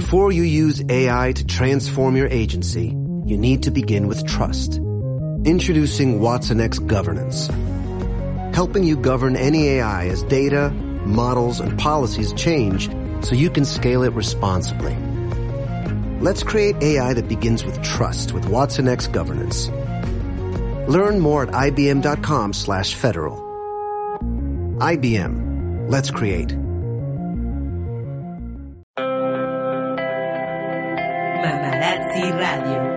Before you use AI to transform your agency, you need to begin with trust. Introducing watsonx Governance, helping you govern any AI as data, models, and policies change so you can scale it responsibly. Let's create AI that begins with trust with watsonx Governance. Learn more at ibm.com/federal. IBM. Let's create. Mamarazzi Radio.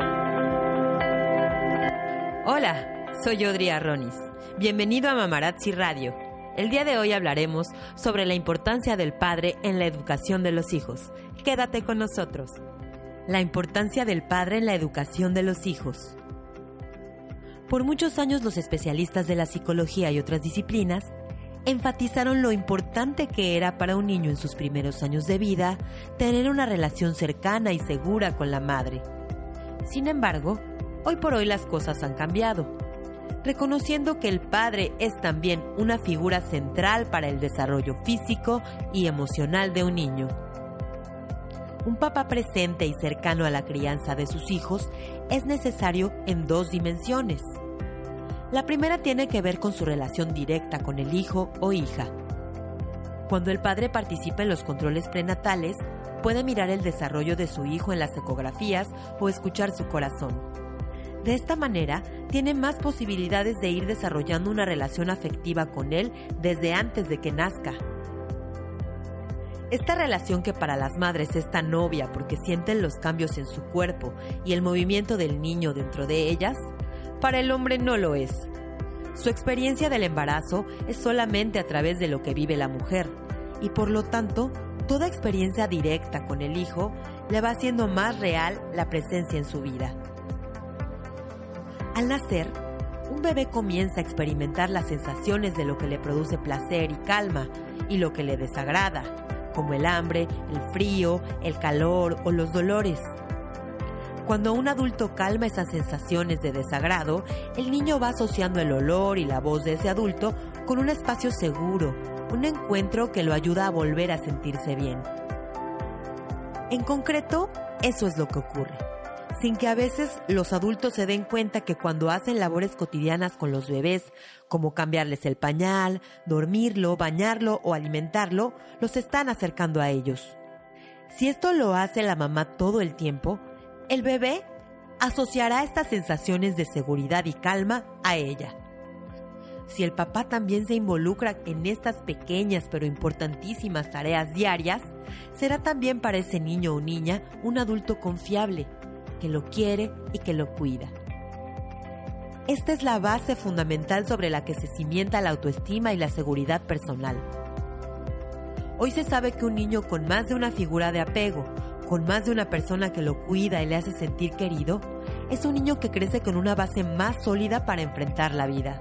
Hola, soy Audrey Arronis. Bienvenido a Mamarazzi Radio. El día de hoy hablaremos sobre la importancia del padre en la educación de los hijos. Quédate con nosotros. La importancia del padre en la educación de los hijos. Por muchos años los especialistas de la psicología y otras disciplinas enfatizaron lo importante que era para un niño en sus primeros años de vida tener una relación cercana y segura con la madre. Sin embargo, hoy por hoy las cosas han cambiado, reconociendo que el padre es también una figura central para el desarrollo físico y emocional de un niño. Un papá presente y cercano a la crianza de sus hijos es necesario en dos dimensiones. La primera tiene que ver con su relación directa con el hijo o hija. Cuando el padre participa en los controles prenatales, puede mirar el desarrollo de su hijo en las ecografías o escuchar su corazón. De esta manera, tiene más posibilidades de ir desarrollando una relación afectiva con él desde antes de que nazca. Esta relación, que para las madres es tan obvia porque sienten los cambios en su cuerpo y el movimiento del niño dentro de ellas, para el hombre no lo es. Su experiencia del embarazo es solamente a través de lo que vive la mujer y por lo tanto, toda experiencia directa con el hijo le va haciendo más real la presencia en su vida. Al nacer, un bebé comienza a experimentar las sensaciones de lo que le produce placer y calma y lo que le desagrada, como el hambre, el frío, el calor o los dolores. Cuando un adulto calma esas sensaciones de desagrado, el niño va asociando el olor y la voz de ese adulto con un espacio seguro, un encuentro que lo ayuda a volver a sentirse bien. En concreto, eso es lo que ocurre, sin que a veces los adultos se den cuenta que cuando hacen labores cotidianas con los bebés, como cambiarles el pañal, dormirlo, bañarlo o alimentarlo, los están acercando a ellos. Si esto lo hace la mamá todo el tiempo, el bebé asociará estas sensaciones de seguridad y calma a ella. Si el papá también se involucra en estas pequeñas pero importantísimas tareas diarias, será también para ese niño o niña un adulto confiable, que lo quiere y que lo cuida. Esta es la base fundamental sobre la que se cimienta la autoestima y la seguridad personal. Hoy se sabe que un niño con más de una figura de apego, con más de una persona que lo cuida y le hace sentir querido, es un niño que crece con una base más sólida para enfrentar la vida.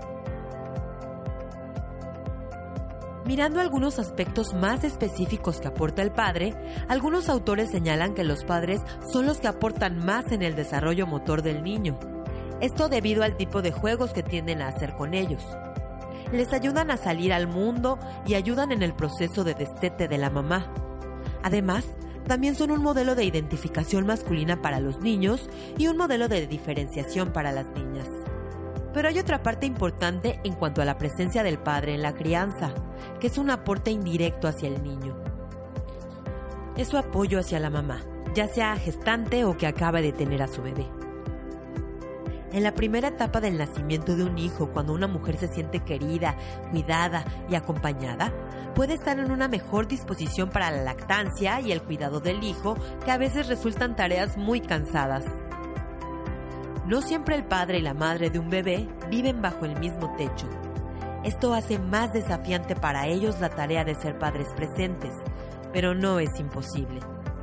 Mirando algunos aspectos más específicos que aporta el padre, algunos autores señalan que los padres son los que aportan más en el desarrollo motor del niño. Esto debido al tipo de juegos que tienden a hacer con ellos. Les ayudan a salir al mundo y ayudan en el proceso de destete de la mamá. Además, también son un modelo de identificación masculina para los niños y un modelo de diferenciación para las niñas. Pero hay otra parte importante en cuanto a la presencia del padre en la crianza, que es un aporte indirecto hacia el niño. Es su apoyo hacia la mamá, ya sea gestante o que acaba de tener a su bebé. En la primera etapa del nacimiento de un hijo, cuando una mujer se siente querida, cuidada y acompañada, puede estar en una mejor disposición para la lactancia y el cuidado del hijo, que a veces resultan tareas muy cansadas. No siempre el padre y la madre de un bebé viven bajo el mismo techo. Esto hace más desafiante para ellos la tarea de ser padres presentes, pero no es imposible.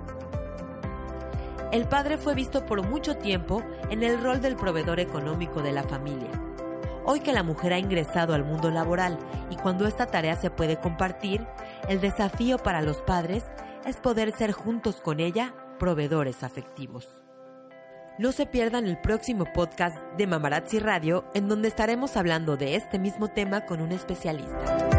El padre fue visto por mucho tiempo en el rol del proveedor económico de la familia. Hoy que la mujer ha ingresado al mundo laboral y cuando esta tarea se puede compartir, el desafío para los padres es poder ser juntos con ella proveedores afectivos. No se pierdan el próximo podcast de Mamarazzi Radio, en donde estaremos hablando de este mismo tema con un especialista.